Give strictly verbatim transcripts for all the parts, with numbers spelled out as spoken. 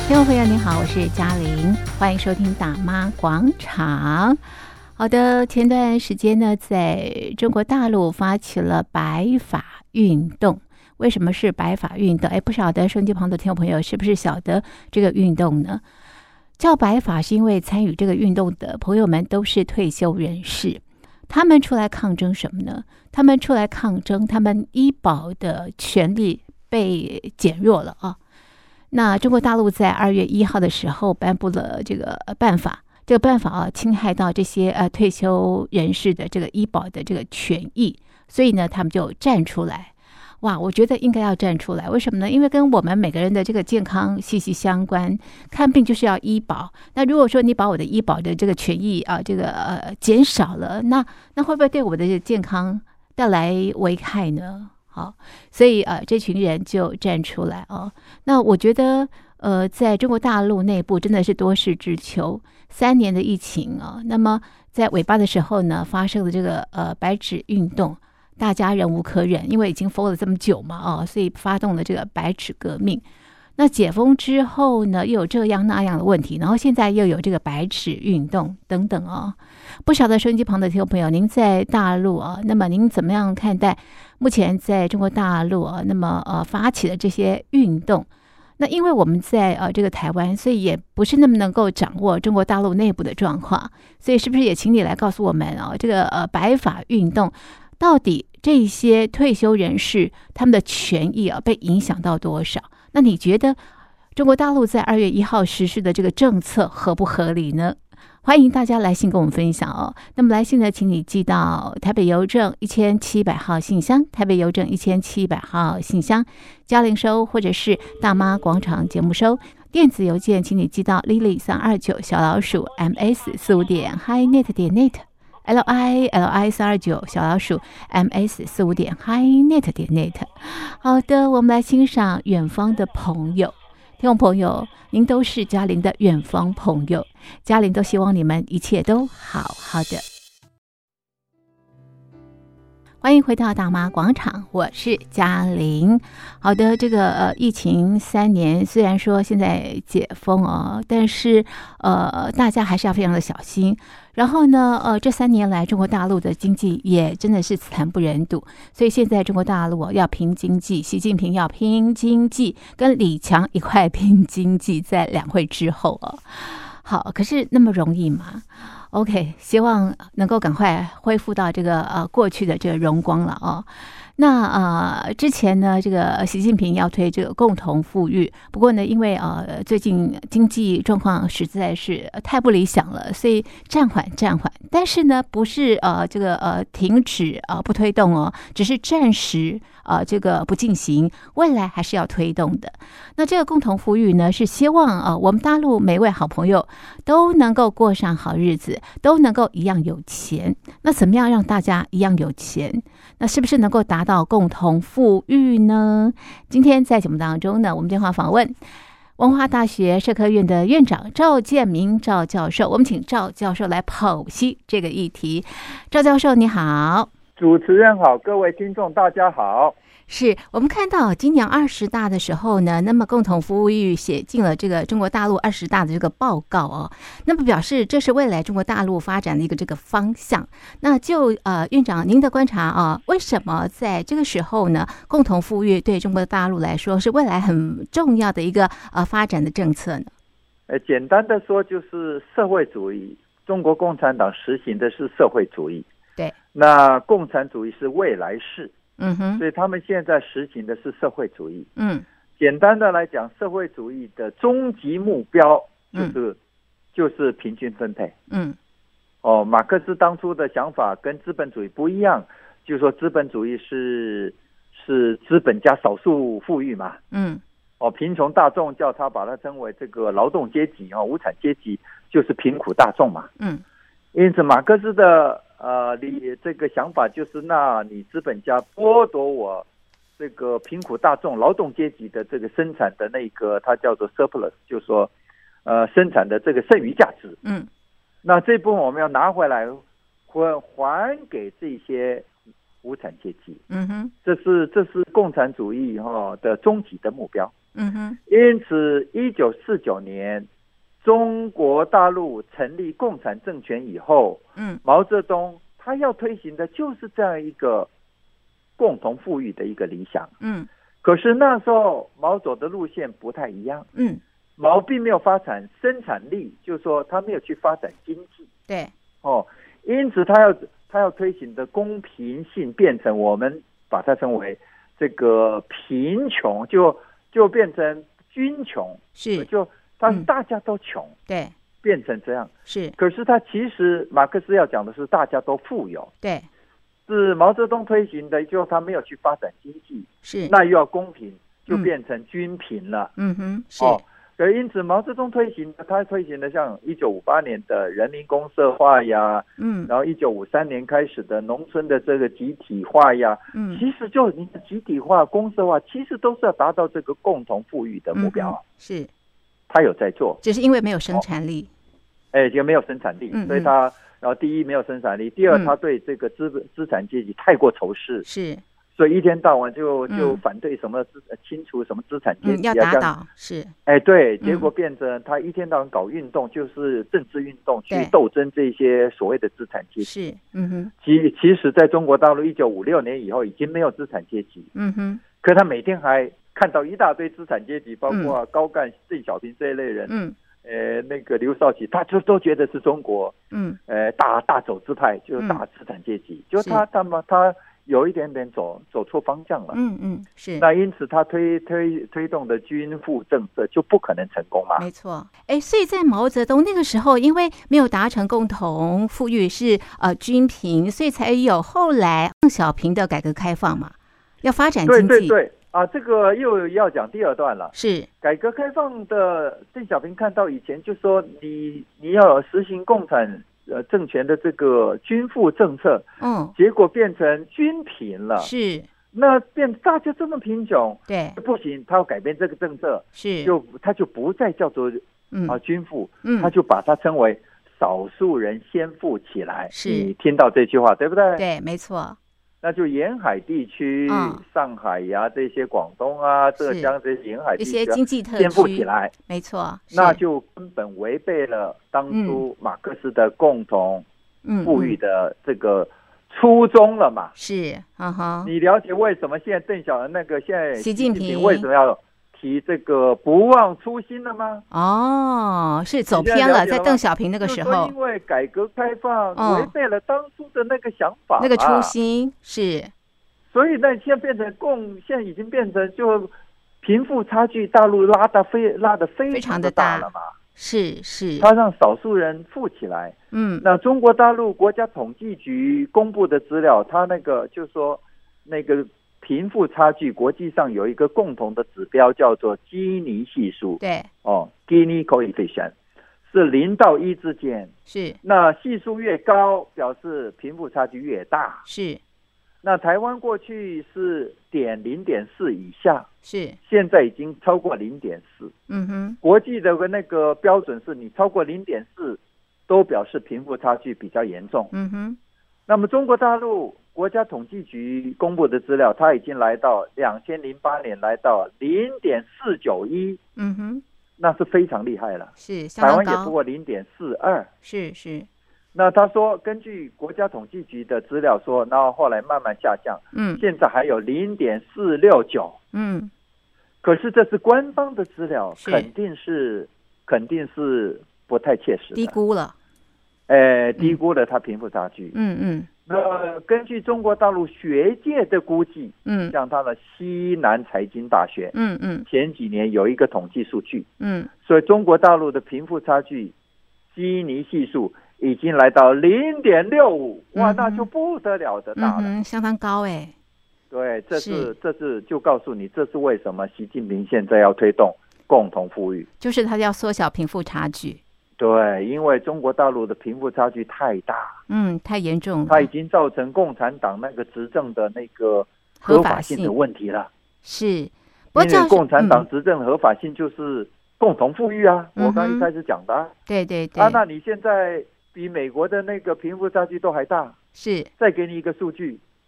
听众朋友您好，我是嘉玲，欢迎收听大妈广场。好的，前段时间呢，在中国大陆发起了白发运动。为什么是白发运动？哎，不晓得收音机旁的听众朋友是不是晓得这个运动呢？叫白发是因为参与这个运动的朋友们都是退休人士，他们出来抗争什么呢？他们出来抗争他们医保的权利被减弱了啊。那中国大陆在二月一号的时候颁布了这个办法，这个办法啊，侵害到这些呃退休人士的这个医保的这个权益，所以呢，他们就站出来。哇，我觉得应该要站出来，为什么呢？因为跟我们每个人的这个健康息息相关，看病就是要医保。那如果说你把我的医保的这个权益啊，这个呃减少了，那那会不会对我的健康带来危害呢？好，所以呃，这群人就站出来哦。那我觉得呃，在中国大陆内部真的是多事之秋，三年的疫情啊，那么在尾巴的时候呢，发生了这个呃白纸运动，大家忍无可忍，因为已经封了这么久嘛哦，所以发动了这个白纸革命。那解封之后呢，又有这样那样的问题，然后现在又有这个白纸运动等等哦。不晓得收音机旁的听众朋友，您在大陆啊，那么您怎么样看待目前在中国大陆啊，那么呃发起的这些运动？那因为我们在呃这个台湾，所以也不是那么能够掌握中国大陆内部的状况，所以是不是也请你来告诉我们啊，这个呃白发运动到底这些退休人士他们的权益啊被影响到多少？那你觉得中国大陆在二月一号实施的这个政策合不合理呢？欢迎大家来信跟我们分享哦。那么来信呢，请你寄到台北邮政一千七百号信箱，台北邮政一千七百号信箱，嘉玲收或者是大妈广场节目收。电子邮件请你寄到 lily 三二九小老鼠 ms 四五点 highnet 点 net。L I L I 三二九小老鼠 M S 四五点 highnet 点 net。好的，我们来欣赏远方的朋友，听众朋友，您都是嘉玲的远方朋友，嘉玲都希望你们一切都好好的。欢迎回到大妈广场，我是嘉玲。好的，这个呃疫情三年，虽然说现在解封哦，但是呃大家还是要非常的小心。然后呢，呃，这三年来，中国大陆的经济也真的是惨不忍睹，所以现在中国大陆要拼经济，习近平要拼经济，跟李强一块拼经济，在两会之后哦。好，可是那么容易吗 ？OK， 希望能够赶快恢复到这个呃过去的这个荣光了哦。那呃，之前呢，这个习近平要推这个共同富裕，不过呢，因为呃最近经济状况实在是太不理想了，所以暂缓暂缓。但是呢，不是呃这个呃停止呃不推动哦，只是暂时呃这个不进行，未来还是要推动的。那这个共同富裕呢，是希望呃我们大陆每位好朋友都能够过上好日子，都能够一样有钱。那怎么样让大家一样有钱？那是不是能够达到共同富裕呢？今天在节目当中呢，我们电话访问文化大学社科院的院长赵建明赵教授，我们请赵教授来剖析这个议题。赵教授你好。 主持人好，各位听众大家好。 是我们看到今年二十大的时候呢，那么共同富裕写进了这个中国大陆二十大的这个报告哦，那么表示这是未来中国大陆发展的一个这个方向。那就呃院长您的观察啊，为什么在这个时候呢，共同富裕对中国大陆来说是未来很重要的一个呃发展的政策呢？ 呃，简单的说就是社会主义，中国共产党实行的是社会主义， 对， 那共产主义是未来式。 嗯哼， 所以他们现在实行的是社会主义。 嗯， 简单的来讲，社会主义的终极目标就是、嗯、就是平均分配。 嗯， 哦，马克思当初的想法跟资本主义不一样，就是说资本主义是是资本家少数富裕嘛。嗯，哦，贫穷大众叫他把它称为这个劳动阶级啊、哦，无产阶级就是贫苦大众嘛。嗯，因此马克思的。呃，你这个想法就是，那你资本家剥夺我这个贫苦大众、劳动阶级的这个生产的那个，它叫做 surplus， 就是说，呃，生产的这个剩余价值。嗯，那这部分我们要拿回来，还还给这些无产阶级。 嗯哼， 这是这是共产主义哈、哦、的终极的目标。 嗯哼， 因此，一九四九年中国大陆成立共产政权以后， 嗯， 毛泽东他要推行的就是这样一个共同富裕的一个理想。 嗯， 可是那时候毛走的路线不太一样。 嗯， 毛并没有发展生产力，就是说他没有去发展经济。 对， 哦，因此他要他要推行的公平性变成我们把它称为这个贫穷，就就变成均穷， 是， 就他是大家都穷、 嗯，对， 变成这样是。 可是他其实马克思要讲的是大家都富有， 对， 是毛泽东推行的，就他没有去发展经济， 是， 那又要公平，就变成均贫了。 嗯哼，是。 哦，所以因此毛泽东推行的，他推行的像一九五八年的人民公社化呀， 嗯， 然后一九五三年开始的农村的这个集体化呀， 嗯， 其实就你的集体化、公社化，其实都是要达到这个共同富裕的目标。 嗯、是， 他有在做， 只是因为没有生产力， 哎、哦，也没有生产力， 嗯嗯， 所以他，然后第一没有生产力，第二、 嗯、 他对这个资资产阶级太过仇视， 是。 所以一天到晚就就反对什么资、嗯、清除什么资产阶级、 啊嗯、要打倒是， 哎对，结果变成他一天到晚搞运动，就是政治运动去斗争这些所谓的资产阶级。 是，嗯哼。 其其实，在中国大陆一九五六年以后已经没有资产阶级， 嗯哼。 可他每天还看到一大堆资产阶级，包括高干、邓小平这一类人， 嗯， 呃，那个刘少奇，他就都觉得是中国， 嗯， 呃，大大走资派，就是大资产阶级，嗯、就他他们他。有一点点走走错方向了， 嗯嗯，是。 那因此他推推推动的均富政策就不可能成功嘛。 没错，哎，所以在毛泽东那个时候，因为没有达成共同富裕是呃均贫，所以才有后来邓小平的改革开放嘛，要发展经济。 对对对啊，这个又要讲第二段了。 是改革开放的邓小平看到以前就说你你要实行共产。呃，政权的这个均富政策， 嗯， 结果变成均贫了， 是， 那变大家这么贫穷， 对， 不行，他要改变这个政策， 是， 就他就不再叫做嗯啊均富， 嗯， 他就把它称为少数人先富起来， 是， 你听到这句话对不对？ 对，没错。 那就沿海地区， 嗯、 上海呀、这些广东啊、浙江这些沿海地区、啊、 一些经济特区先富起来， 没错， 那就根本违背了当初马克思的共同富裕的这个初衷了嘛。 嗯嗯、是，嗯哼。 你了解为什么现在邓小那个现在习近平为什么要提这个不忘初心了吗？ 哦，是走偏了，在邓小平那个时候， 因为改革开放违背了当初的那个想法、啊哦，那个初心是， 所以呢，现在变成共，现在已经变成就贫富差距，大陆拉的非拉的非常的大了嘛， 是是， 他让少数人富起来， 嗯， 那中国大陆国家统计局公布的资料，他那个就说那个。贫富差距，国际上有一个共同的指标，叫做基尼系数。 对， 哦 ，Gini coefficient 是零到一之间。 是， 那系数越高，表示贫富差距越大。 是， 那台湾过去是点零点四以下， 是， 现在已经超过零点四。 嗯哼， 国际的那个标准是你超过零点四，都表示贫富差距比较严重。 嗯哼， 那么中国大陆。国家统计局公布的资料，它已经来到两千零八年来到零点四九一， 嗯哼， 那是非常厉害了。 是，台湾也不过零点四二， 是是。 那他说，根据国家统计局的资料说，然后后来慢慢下降， 嗯， 现在还有零点四六九， 嗯， 可是这是官方的资料，肯定是肯定是不太切实的， 低估了， 呃，低估了它贫富差距， 嗯嗯。 那根据中国大陆学界的估计， 嗯， 像他的西南财经大学， 嗯嗯， 前几年有一个统计数据， 嗯， 所以中国大陆的贫富差距基尼系数已经来到零点六五，哇，那就不得了的大了， 嗯，相当高哎。 对，这是这是就告诉你，这是为什么习近平现在要推动共同富裕， 就是他要缩小贫富差距。 对，因为中国大陆的贫富差距太大， 嗯，太严重了， 它已经造成共产党那个执政的那个合法性的问题了。 是， 不因为共产党执政合法性就是共同富裕啊，嗯、我刚一开始讲的、啊。 对对对。 啊，那你现在比美国的那个贫富差距都还大。 是。 再给你一个数据，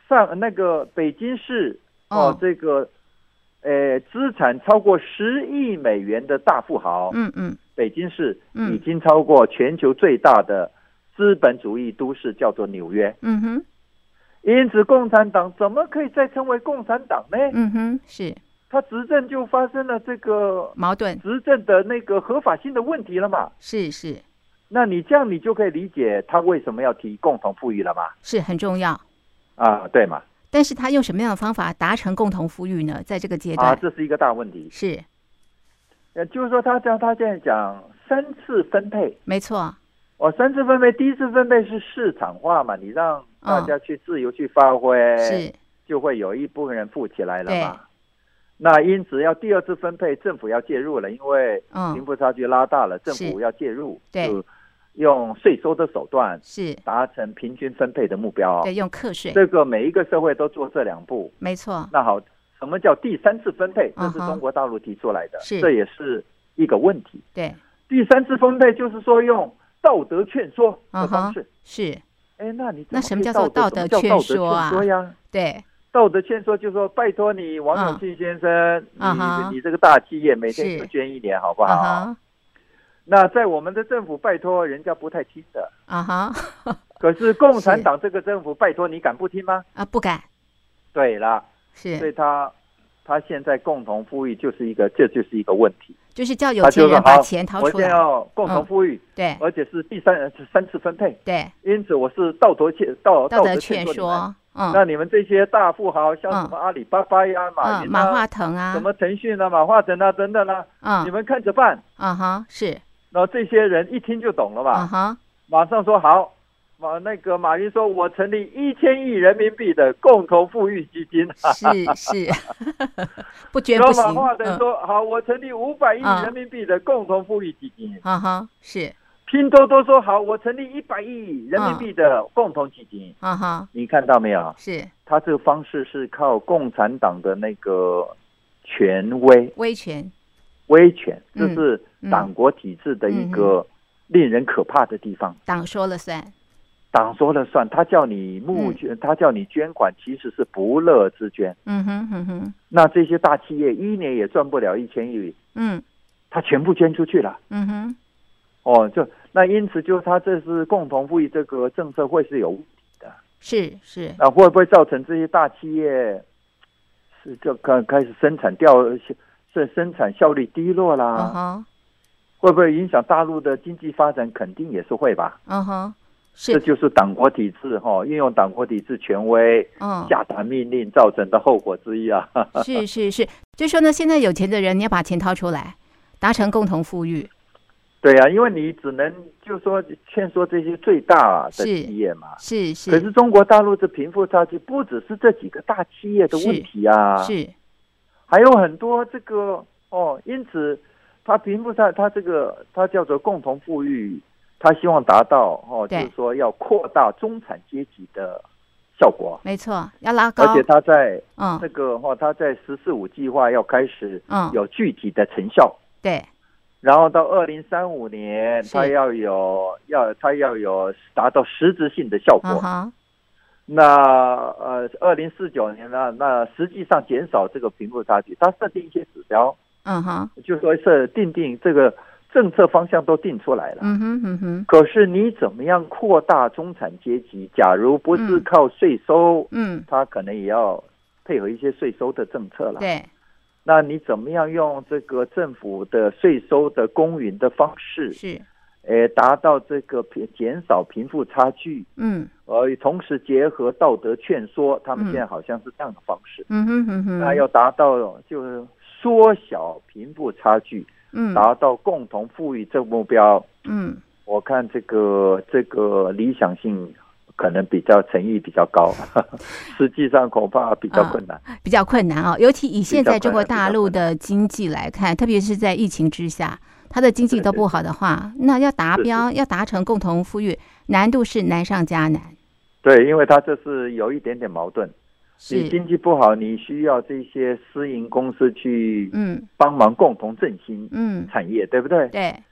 上那个北京市哦、呃，这个呃资产超过十亿美元的大富豪， 嗯嗯， 北京市已经超过全球最大的资本主义都市，叫做纽约。 嗯哼， 因此共产党怎么可以再称为共产党呢？ 嗯哼，是。 他执政就发生了这个矛盾， 执政的那个合法性的问题了嘛？ 是是。 那你这样你就可以理解他为什么要提共同富裕了嘛？ 是很重要啊，对嘛？ 但是他用什么样的方法达成共同富裕呢？在这个阶段， 啊，这是一个大问题。 是， 呃，就是说他讲他现在讲三次分配， 没错。 哦，三次分配，第一次分配是市场化嘛，你让大家去自由去发挥， 是、嗯， 就会有一部分人富起来了嘛。那因此要第二次分配，政府要介入了，因为贫富差距拉大了，嗯、政府要介入， 对， 用税收的手段是达成平均分配的目标。 对，用课税。 这个每一个社会都做这两步， 没错。 那好，什么叫第三次分配？这是中国大陆提出来的，是、uh-huh. 这也是一个问题。 对， 第三次分配就是说用道德劝说的方式。 Uh-huh. 是， 哎，那你那什么叫做道德劝说啊？ 说呀， 对。 道德劝说就是说，拜托你王永庆先生， 嗯、 你、 uh-huh. 你这个大企业每天就捐一点，好不好？ uh-huh. 那在我们的政府，拜托人家不太听的啊哈。 uh-huh. 可是共产党这个政府，拜托你敢不听吗？ 啊，不敢。 对了， 是， 所以他他现在共同富裕就是一个，这就是一个问题， 就是叫有钱人把钱掏出来。 我现在要共同富裕， 嗯、对， 而且是第三三次分配， 对， 因此我是道德劝道道德劝说。 嗯，那你们这些大富豪，像什么阿里巴巴呀、马云啊、 马化腾啊、 什么腾讯啊、马化腾啊等等啊， 嗯， 你们看着办。 啊哈，是。 然后这些人一听就懂了吧？ 啊哈， 马上说好。马那个马云说：“我成立一千亿人民币的共同富裕基金。” 是是，不捐不行。 然后马化腾说：“嗯、好，我成立五百亿人民币的共同富裕基金。” 啊哈，是。 拼多多说好，我成立一百亿人民币的共同基金。 啊哈， 你看到没有？ 是。 他这个方式是靠共产党的那个权威、 威权、 威权，这是党国体制的一个令人可怕的地方。 嗯嗯、党说了算。 党说了算，他叫你募捐、嗯，他叫你捐款，其实是不乐之捐。 嗯哼哼哼。 那这些大企业一年也赚不了一千亿， 嗯， 他全部捐出去了。 嗯哼。 哦，就那因此就他这是共同富裕这个政策会是有问题的。 是是。 那会不会造成这些大企业是就开开始生产掉，是生产效率低落啦？ 嗯哼。 会不会影响大陆的经济发展？肯定也是会吧。 嗯哼。 这就是党国体制哈、哦，运用党国体制权威， 嗯， 下达命令造成的后果之一啊。 是是是，就说呢，现在有钱的人你要把钱掏出来，达成共同富裕。 对啊，因为你只能就说劝说这些最大的企业嘛。 是 是, 是。 可是中国大陆这贫富差距不只是这几个大企业的问题啊， 是，是还有很多这个哦，因此它贫富差，它这个它叫做共同富裕。他希望达到哦，就是说要扩大中产阶级的效果， 没错，要拉高。 而且他在嗯这个哦，他在“十四五”计划要开始嗯有具体的成效， 对。 然后到二零三五年，他要有要他要有达到实质性的效果。 嗯、 那呃，二零四九年呢，那实际上减少这个贫富差距，他设定一些指标， 嗯哼， 就说是定定这个。政策方向都定出来了， 嗯哼嗯哼。 可是你怎么样扩大中产阶级？假如不是靠税收， 嗯， 他可能也要配合一些税收的政策了。 对， 那你怎么样用这个政府的税收的公允的方式， 是， 诶，达到这个减少贫富差距？ 嗯， 而同时结合道德劝说，他们现在好像是这样的方式。 嗯哼嗯哼， 那要达到就是缩小贫富差距。 嗯， 达到共同富裕这个目标， 嗯， 我看这个这个理想性可能比较诚意比较高，实际上恐怕比较困难， 嗯、比较困难啊、哦。尤其以现在中国大陆的经济来看，特别是在疫情之下，它的经济都不好的话，对对对，那要达标要达成共同富裕，难度是难上加难。 对，因为它这是有一点点矛盾。你经济不好，你需要这些私营公司去嗯帮忙共同振兴嗯产业，嗯、对不对？ 对。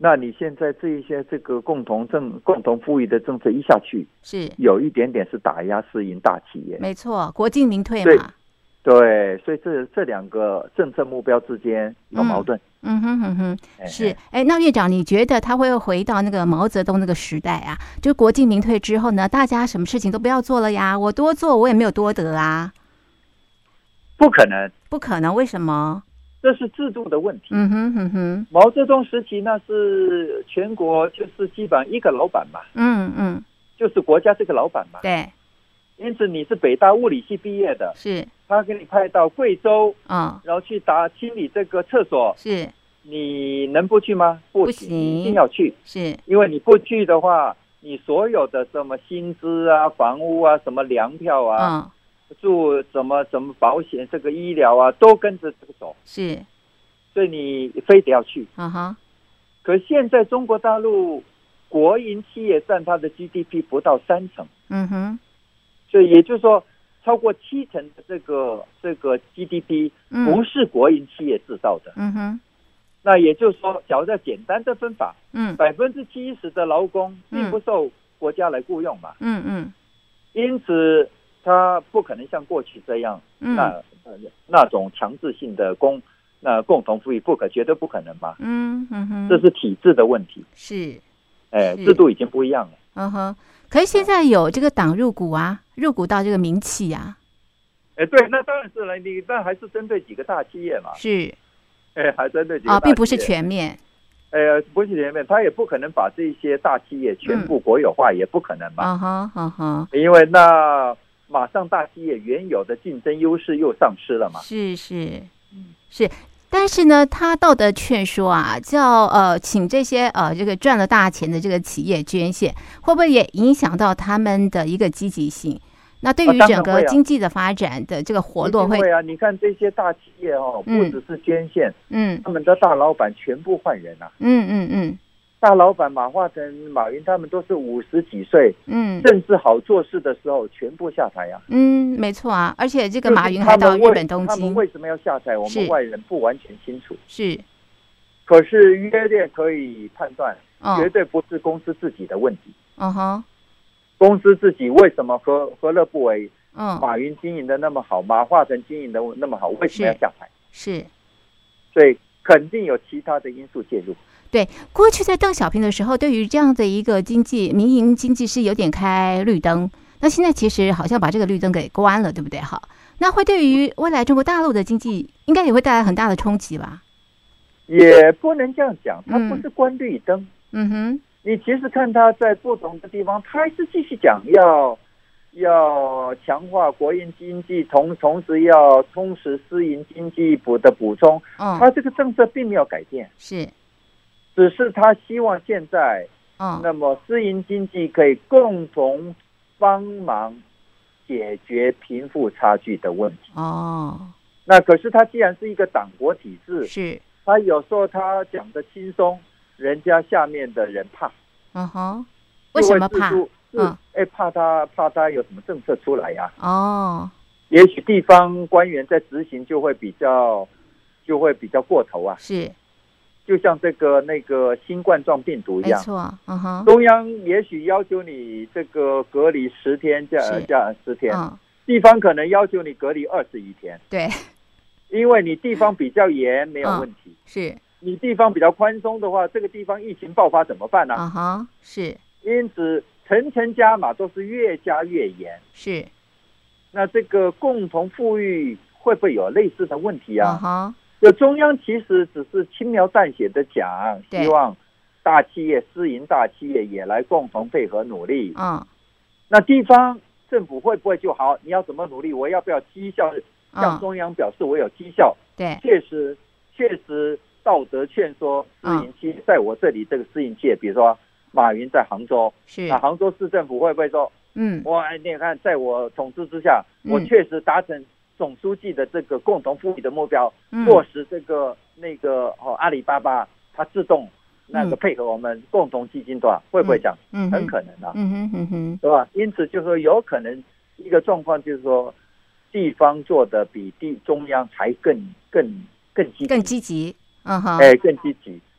那你现在这一些这个共同政共同富裕的政策一下去， 是有一点点是打压私营大企业， 没错，国进民退嘛。 对，所以这这两个政策目标之间有矛盾。 嗯哼哼哼，是。哎，那院长，你觉得他会回到那个毛泽东那个时代啊？就国进民退之后呢，大家什么事情都不要做了呀？我多做，我也没有多得啊。 不可能， 不可能，为什么？ 这是制度的问题。 嗯哼哼哼。 毛泽东时期那是全国就是基本上一个老板嘛。 嗯嗯。 就是国家这个老板嘛。 对。 因此你是北大物理系毕业的， 是他给你派到贵州， 嗯， 然后去打清理这个厕所， 是你能不去吗？不行，一定要去， 是因为你不去的话，你所有的什么薪资啊、房屋啊、什么粮票啊、嗯、住什么什么保险、这个医疗啊，都跟着这个走， 是， 所以你非得要去。 嗯哼， 可现在中国大陆国营企业占它的 G D P 不到三成， 嗯哼。 所以也就是说，超过七成的这个这个 G D P 不是国营企业制造的。 嗯哼。 那也就是说，假如在简单的分法， 嗯， 百分之七十的劳工并不受国家来雇佣嘛。 嗯嗯。 因此，它不可能像过去这样， 嗯、 那那种强制性的公那共同富裕不可绝对不可能嘛。 嗯嗯哼。 这是体制的问题。 是。 哎，制度已经不一样了。 嗯哼。可是现在有这个党入股啊，入股到这个民企啊。 哎，对，那当然是了，你但还是针对几个大企业嘛。 是。 哎，还针对几个大企业。 啊、哦，并不是全面。 呃，不是全面，他也不可能把这些大企业全部国有化，嗯、也不可能嘛。 啊哈，啊哈。 因为那马上大企业原有的竞争优势又丧失了嘛。 是是，是。但是呢，他道德劝说啊，叫呃，请这些呃这个赚了大钱的这个企业捐献，会不会也影响到他们的一个积极性？那对于整个经济的发展的这个活络会？ 会啊，你看这些大企业哦，不只是捐献， 嗯， 他们的大老板全部换人啊， 嗯嗯嗯。 大老板马化腾、马云他们都是五十几岁， 嗯， 政治好做事的时候全部下台啊。 嗯，没错啊，而且这个马云还到日本东京， 他们为什么要下台？我们外人不完全清楚。 是， 可是约略可以判断， 哦、 绝对不是公司自己的问题。 嗯哼， 公司自己为什么何何乐不为？ 嗯， 马云经营的那么好，马化腾经营的那么好，为什么要下台？ 是， 所以肯定有其他的因素介入。 对，过去在邓小平的时候，对于这样的一个经济民营经济是有点开绿灯，那现在其实好像把这个绿灯给关了，对不对？好，那会对于未来中国大陆的经济应该也会带来很大的冲击吧？ 也不能这样讲，它不是关绿灯。 嗯哼， 你其实看它在不同的地方，它还是继续讲要要强化国营经济，同同时要充实私营经济补的补充。 嗯， 它这个政策并没有改变。 是。 只是他希望现在， 嗯， 那么私营经济可以共同帮忙解决贫富差距的问题。 哦， 那可是他既然是一个党国体制， 是， 他有时候他讲的轻松，人家下面的人怕。 嗯哼，为什么怕？ 嗯，哎，怕他怕他有什么政策出来呀、 啊？哦， 也许地方官员在执行就会比较就会比较过头啊。 是。 就像这个那个新冠状病毒一样， 没错，嗯哼， 中央也许要求你这个隔离十天，加加十天、 嗯， 地方可能要求你隔离二十一天， 对， 因为你地方比较严没有问题， 嗯、是你地方比较宽松的话，这个地方疫情爆发怎么办呢、啊？ 啊哈，是， 因此层层加码都是越加越严， 是， 那这个共同富裕会不会有类似的问题啊？ 啊哈。 就中央其实只是轻描淡写的讲，希望大企业、私营大企业也来共同配合努力。 嗯， 那地方政府会不会就好？你要怎么努力？我要不要绩效？向中央表示我有绩效？ 对， 确实，确实道德劝说私营企业，在我这里这个私营企业，比如说马云在杭州， 是那杭州市政府会不会说， 嗯， 我你看，在我统治之下，我确实达成总书记的这个共同富裕的目标， 嗯、 落实这个那个哦，阿里巴巴它自动那个配合我们共同基金的话，嗯、会不会讲？ 嗯， 很可能啊， 嗯哼嗯哼， 对吧？因此就是说，有可能一个状况就是说，地方做的比地中央还更更更积极， 更积极，嗯哼， 哎，更积极。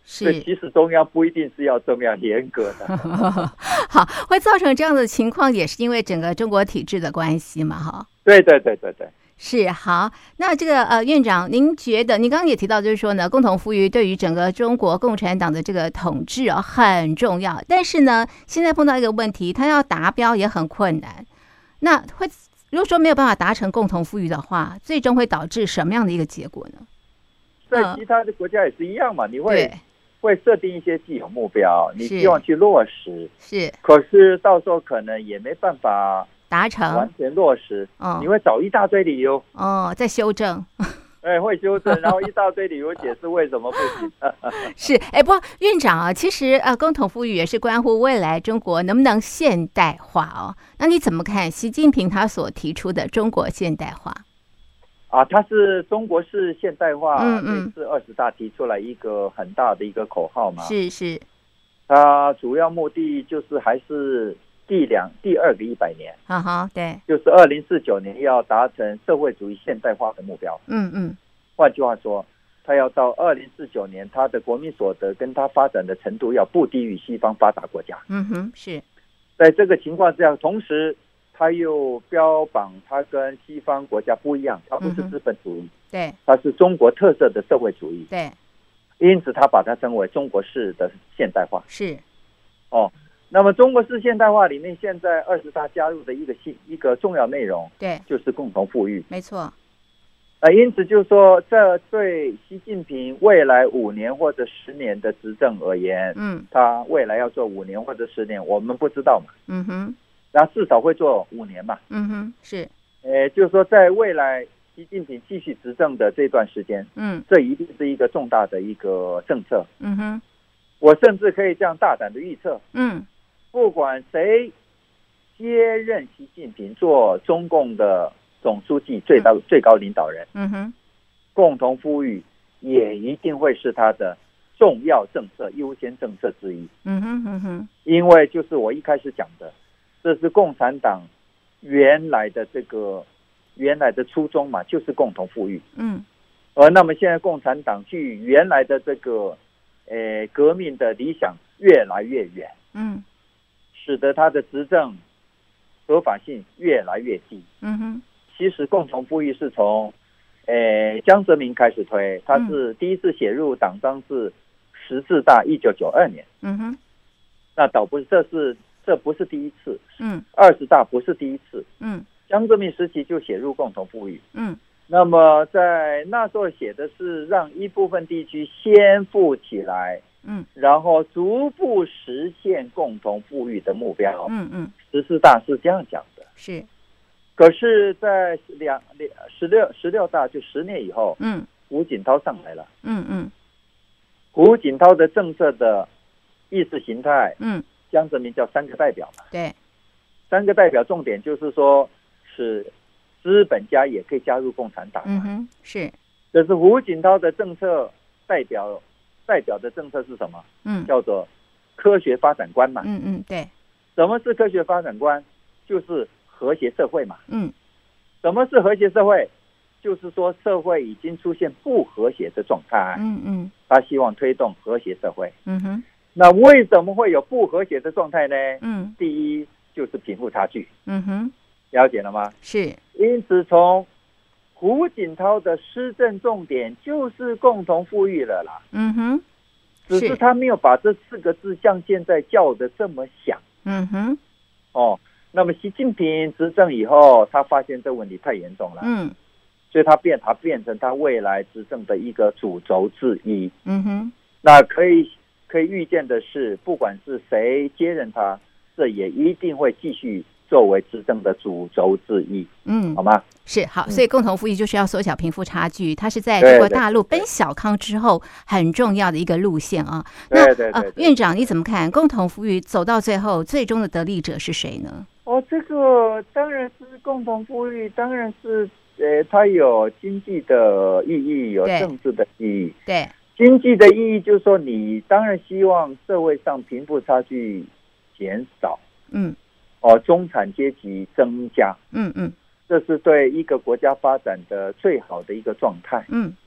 是， 其实中央不一定是要这么样严格的。 好，会造成这样的情况，也是因为整个中国体制的关系嘛，哈。 对对对对对。 是好，那这个呃，院长，您觉得您刚刚也提到，就是说呢，共同富裕对于整个中国共产党的这个统治啊很重要，但是呢，现在碰到一个问题，它要达标也很困难。那会如果说没有办法达成共同富裕的话，最终会导致什么样的一个结果呢？ 在其他的国家也是一样嘛，你会会设定一些既有目标，你希望去落实， 是， 可是到时候可能也没办法达成完全落实， 哦， 你会找一大堆理由， 哦，再修正， 哎，会修正，然后一大堆理由解释为什么不行。 是，哎，不过院长啊，其实呃，共同富裕也是关乎未来中国能不能现代化哦。那你怎么看习近平他所提出的中国现代化？ 啊，他是中国式现代化， 嗯嗯， 这次二十大提出来一个很大的一个口号嘛。 是是， 他主要目的就是还是第两第二个一百年， 啊哈，对， 就是二零四九年要达成社会主义现代化的目标。 嗯嗯， 换句话说，他要到二零四九年，他的国民所得跟他发展的程度要不低于西方发达国家。 嗯哼，是在这个情况之下，同时他又标榜他跟西方国家不一样，他不是资本主义， 对， 他是中国特色的社会主义， 对， 因此他把它称为中国式的现代化。 是， 哦，那么中国式现代化里面，现在二十大加入的一个新一个重要内容， 对， 就是共同富裕。 没错。 呃，因此就是说，这对习近平未来五年或者十年的执政而言， 嗯， 他未来要做五年或者十年，我们不知道嘛。 嗯哼， 那至少会做五年嘛。 嗯哼，是。 呃，就是说，在未来习近平继续执政的这段时间， 嗯， 这一定是一个重大的一个政策。 嗯哼， 我甚至可以这样大胆的预测， 嗯， 不管谁接任习近平做中共的总书记最高、嗯、最高领导人， 嗯哼， 共同富裕也一定会是他的重要政策、优先政策之一。 嗯哼嗯哼， 因为就是我一开始讲的，这是共产党原来的这个原来的初衷嘛，就是共同富裕。 嗯， 而那么现在共产党距原来的这个呃革命的理想越来越远， 嗯， 使得他的执政合法性越来越低。 嗯哼。 其实共同富裕是从，呃，江泽民开始推，他是第一次写入党章是十四大，一九九二年。 嗯哼， 那倒不是，这是这不是第一次。 嗯， 二十大不是第一次。 嗯， 江泽民时期就写入共同富裕。 嗯， 那么在那时候写的是让一部分地区先富起来， 嗯，然后逐步实现共同富裕的目标。 嗯嗯， 十四大是这样讲的。 是。 可是，在两十六十六大就十年以后， 嗯， 胡锦涛上来了， 嗯嗯， 胡锦涛的政策的意识形态， 嗯， 江泽民叫三个代表嘛， 对， 三个代表重点就是说，是资本家也可以加入共产党， 嗯哼，是， 这是胡锦涛的政策代表代表的政策是什么？ 嗯， 叫做科学发展观嘛， 嗯嗯，对， 什么是科学发展观？就是和谐社会嘛， 嗯， 什么是和谐社会？就是说社会已经出现不和谐的状态， 嗯嗯， 他希望推动和谐社会， 嗯哼， 那为什么会有不和谐的状态呢？ 嗯， 第一就是贫富差距， 嗯哼， 了解了吗？ 是， 因此从胡锦涛的施政重点就是共同富裕了啦， 嗯哼， 只是他没有把这四个字像现在叫的这么响， 嗯哼， 哦。那么习近平执政以后，他发现这问题太严重了， 嗯， 所以他变他变成他未来执政的一个主轴之一。 嗯哼， 那可以可以预见的是，不管是谁接任他，这也一定会继续作为执政的主轴之一。 嗯， 好吗？ 是好，所以共同富裕就是要缩小贫富差距，它是在中国大陆奔小康之后很重要的一个路线啊。 对对对对那呃，院长你怎么看？共同富裕走到最后，最终的得利者是谁呢？ 哦，这个当然是共同富裕，当然是呃，它有经济的意义，有政治的意义。 对， 经济的意义就是说，你当然希望社会上贫富差距减少， 嗯， 哦，中产阶级增加， 嗯嗯， 这是对一个国家发展的最好的一个状态。 嗯，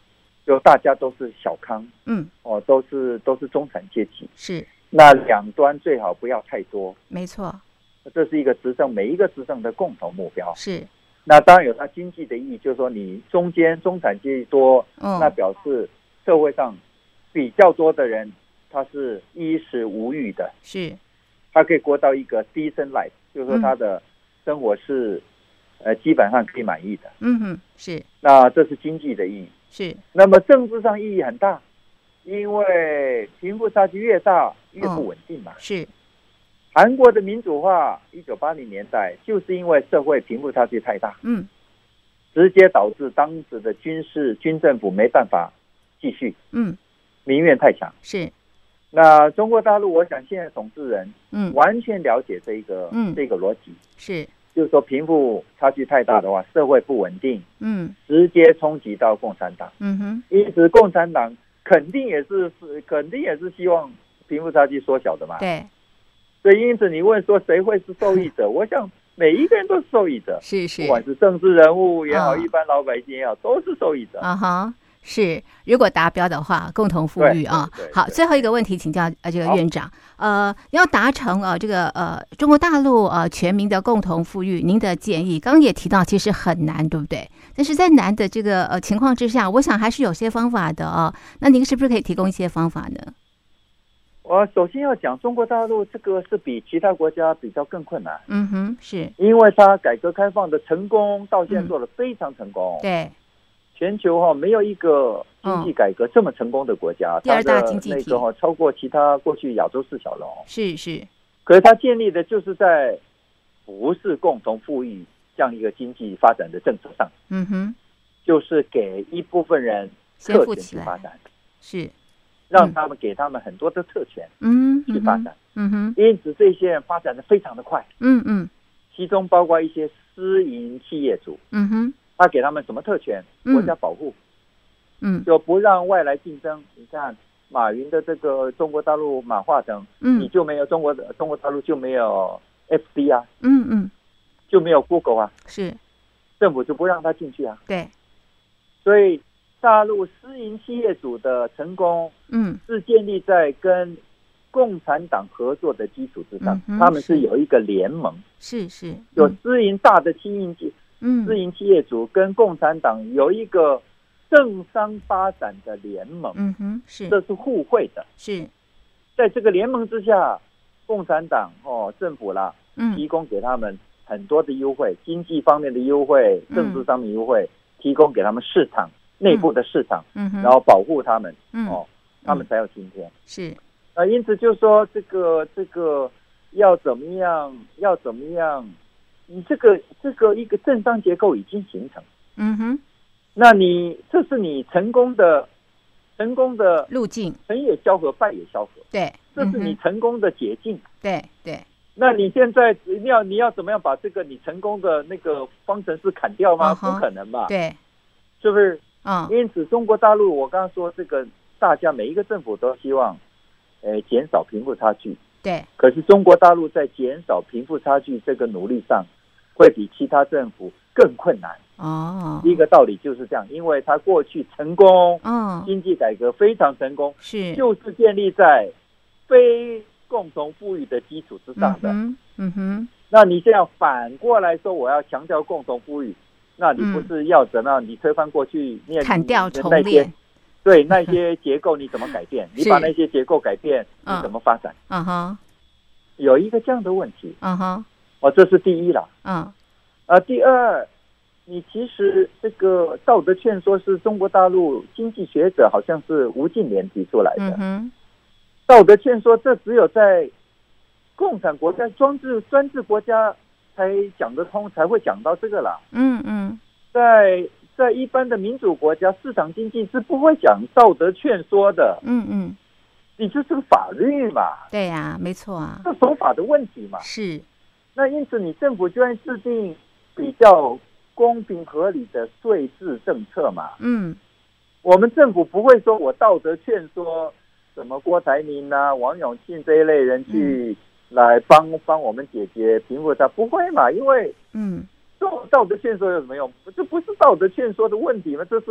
就大家都是小康， 嗯， 哦，都是都是中产阶级， 是。 那两端最好不要太多， 没错， 这是一个执政每一个执政的共同目标。 是。 那当然有它经济的意义，就是说你中间中产阶级多， 哦、 那表示社会上比较多的人他是衣食无虞的， 是， 他可以过到一个 decent life， 就是说他的生活是、嗯、呃基本上可以满意的。 嗯哼，是。 那这是经济的意义。 是。 那么政治上意义很大，因为贫富差距越大越不稳定嘛。 哦、是。 韩国的民主化一九八零年代就是因为社会贫富差距太大， 嗯， 直接导致当时的军事军政府没办法继续， 嗯， 民怨太强。 是。 那中国大陆，我想现在统治人， 嗯， 完全了解这个， 嗯， 这个逻辑， 是， 就是说贫富差距太大的话，社会不稳定， 嗯， 直接冲击到共产党， 嗯哼， 因此共产党肯定也是肯定也是希望贫富差距缩小的嘛， 对。 所以因此你问说谁会是受益者，我想每一个人都是受益者， 是是， 不管是政治人物也好，哦、一般老百姓也好，都是受益者。 啊哈。是，如果达标的话，共同富裕啊。好，最后一个问题，请教呃这个院长，呃，要达成呃这个呃中国大陆呃全民的共同富裕，您的建议刚刚也提到，其实很难，对不对？但是在难的这个呃情况之下，我想还是有些方法的哦。那您是不是可以提供一些方法呢？ 我首先要讲，中国大陆这个是比其他国家比较更困难。 嗯哼，是因为它改革开放的成功到现在做得非常成功。 嗯、对。 全球哈、哦、没有一个经济改革这么成功的国家， 哦、第二大经济体， 它的那个哈、哦、超过其他过去亚洲四小龙。 是是， 可是它建立的就是在不是共同富裕这样一个经济发展的政策上， 嗯哼， 就是给一部分人特权去发展， 是让他们给他们很多的特权， 嗯， 去发展， 嗯哼， 因此这些人发展的非常的快， 嗯嗯， 其中包括一些私营企业主， 嗯哼。 他给他们什么特权？国家保护， 嗯， 就不让外来竞争。你看马云的这个中国大陆马化腾， 嗯， 你就没有中国的中国大陆就没有 F B 啊， 嗯嗯， 就没有 Google 啊， 是， 政府就不让他进去啊。 对， 所以大陆私营企业主的成功， 嗯， 是建立在跟共产党合作的基础之上， 嗯、 他们是有一个联盟， 是是， 有私营大的企业主。 嗯， 私营企业主跟共产党有一个政商发展的联盟， 嗯哼，是， 这是互惠的。 是， 在这个联盟之下，共产党哦政府啦， 嗯， 提供给他们很多的优惠，经济方面的优惠，政治上面优惠，嗯、提供给他们市场内部的市场， 嗯哼， 然后保护他们， 嗯、 哦，他们才有今天。 是， 啊，因此就说这个这个要怎么样，要怎么样。你这个这个一个政商结构已经形成， 嗯哼， 那你这是你成功的成功的路径， 成也萧何，败也萧何， 对， 这是你成功的捷径， 对对。 那你现在你要你要怎么样把这个你成功的那个方程式砍掉吗？ uh-huh, 不可能吧？ 对， 是不是？ 嗯， 因此中国大陆，我刚刚说这个，大家每一个政府都希望，呃，减少贫富差距， 对。 可是中国大陆在减少贫富差距这个努力上，会比其他政府更困难哦。 第一个道理就是这样，因为他过去成功， 嗯， 经济改革非常成功， 是就是建立在非共同富裕的基础之上的。 嗯 哼, 嗯哼， 那你这样反过来说，我要强调共同富裕，那你不是要怎么样？你推翻过去，你砍掉重练，对那些结构你怎么改变？你把那些结构改变， 你怎么发展？ 嗯哼， 有一个这样的问题。 嗯哼。 哦，这是第一了。 嗯， 啊，第二，你其实这个道德劝说是中国大陆经济学者好像是吴敬琏提出来的。 嗯哼， 道德劝说这只有在共产国家、专制专制国家才讲得通，才会讲到这个啦。 嗯嗯， 在在一般的民主国家，市场经济是不会讲道德劝说的。 嗯嗯， 你这是个法律嘛？ 对呀、啊，没错啊， 这守法的问题嘛。 是。 那因此，你政府就会制定比较公平合理的税制政策嘛。 嗯， 我们政府不会说我道德劝说什么郭台铭啊、王永庆这一类人去来帮帮我们解决贫富差，不会嘛？因为嗯， 这道德劝说有什么用？这不是道德劝说的问题吗？这是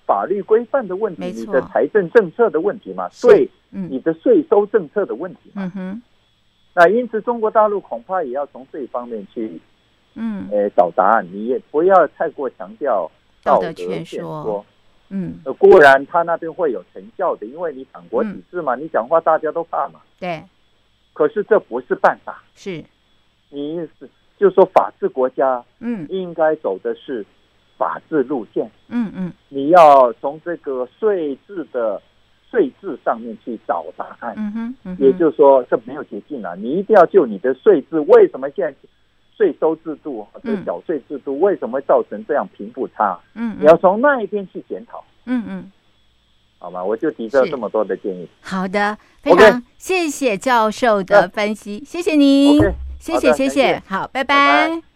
法律规范的问题， 没错你的财政政策的问题嘛，对，嗯、你的税收政策的问题嘛。 嗯哼。 那因此，中国大陆恐怕也要从这一方面去，嗯，呃，找答案。你也不要太过强调道德劝说。嗯，呃，固然他那边会有成效的，因为你党国体制嘛，嗯、你讲话大家都怕嘛。 对。 可是这不是办法。 是。 你是就说法治国家，嗯，应该走的是法治路线。嗯嗯。你要从这个税制的税制上面去找答案。嗯哼。嗯哼，也就是说，这没有捷径啊！你一定要就你的税制，为什么现在税收制度或者缴税制度为什么会造成这样贫富差？嗯，你要从那一边去检讨。嗯嗯，好吗？我就提这这么多的建议。 好的，非常谢谢教授的分析， okay. 谢谢您， okay. 谢谢谢谢，好，拜拜。拜拜。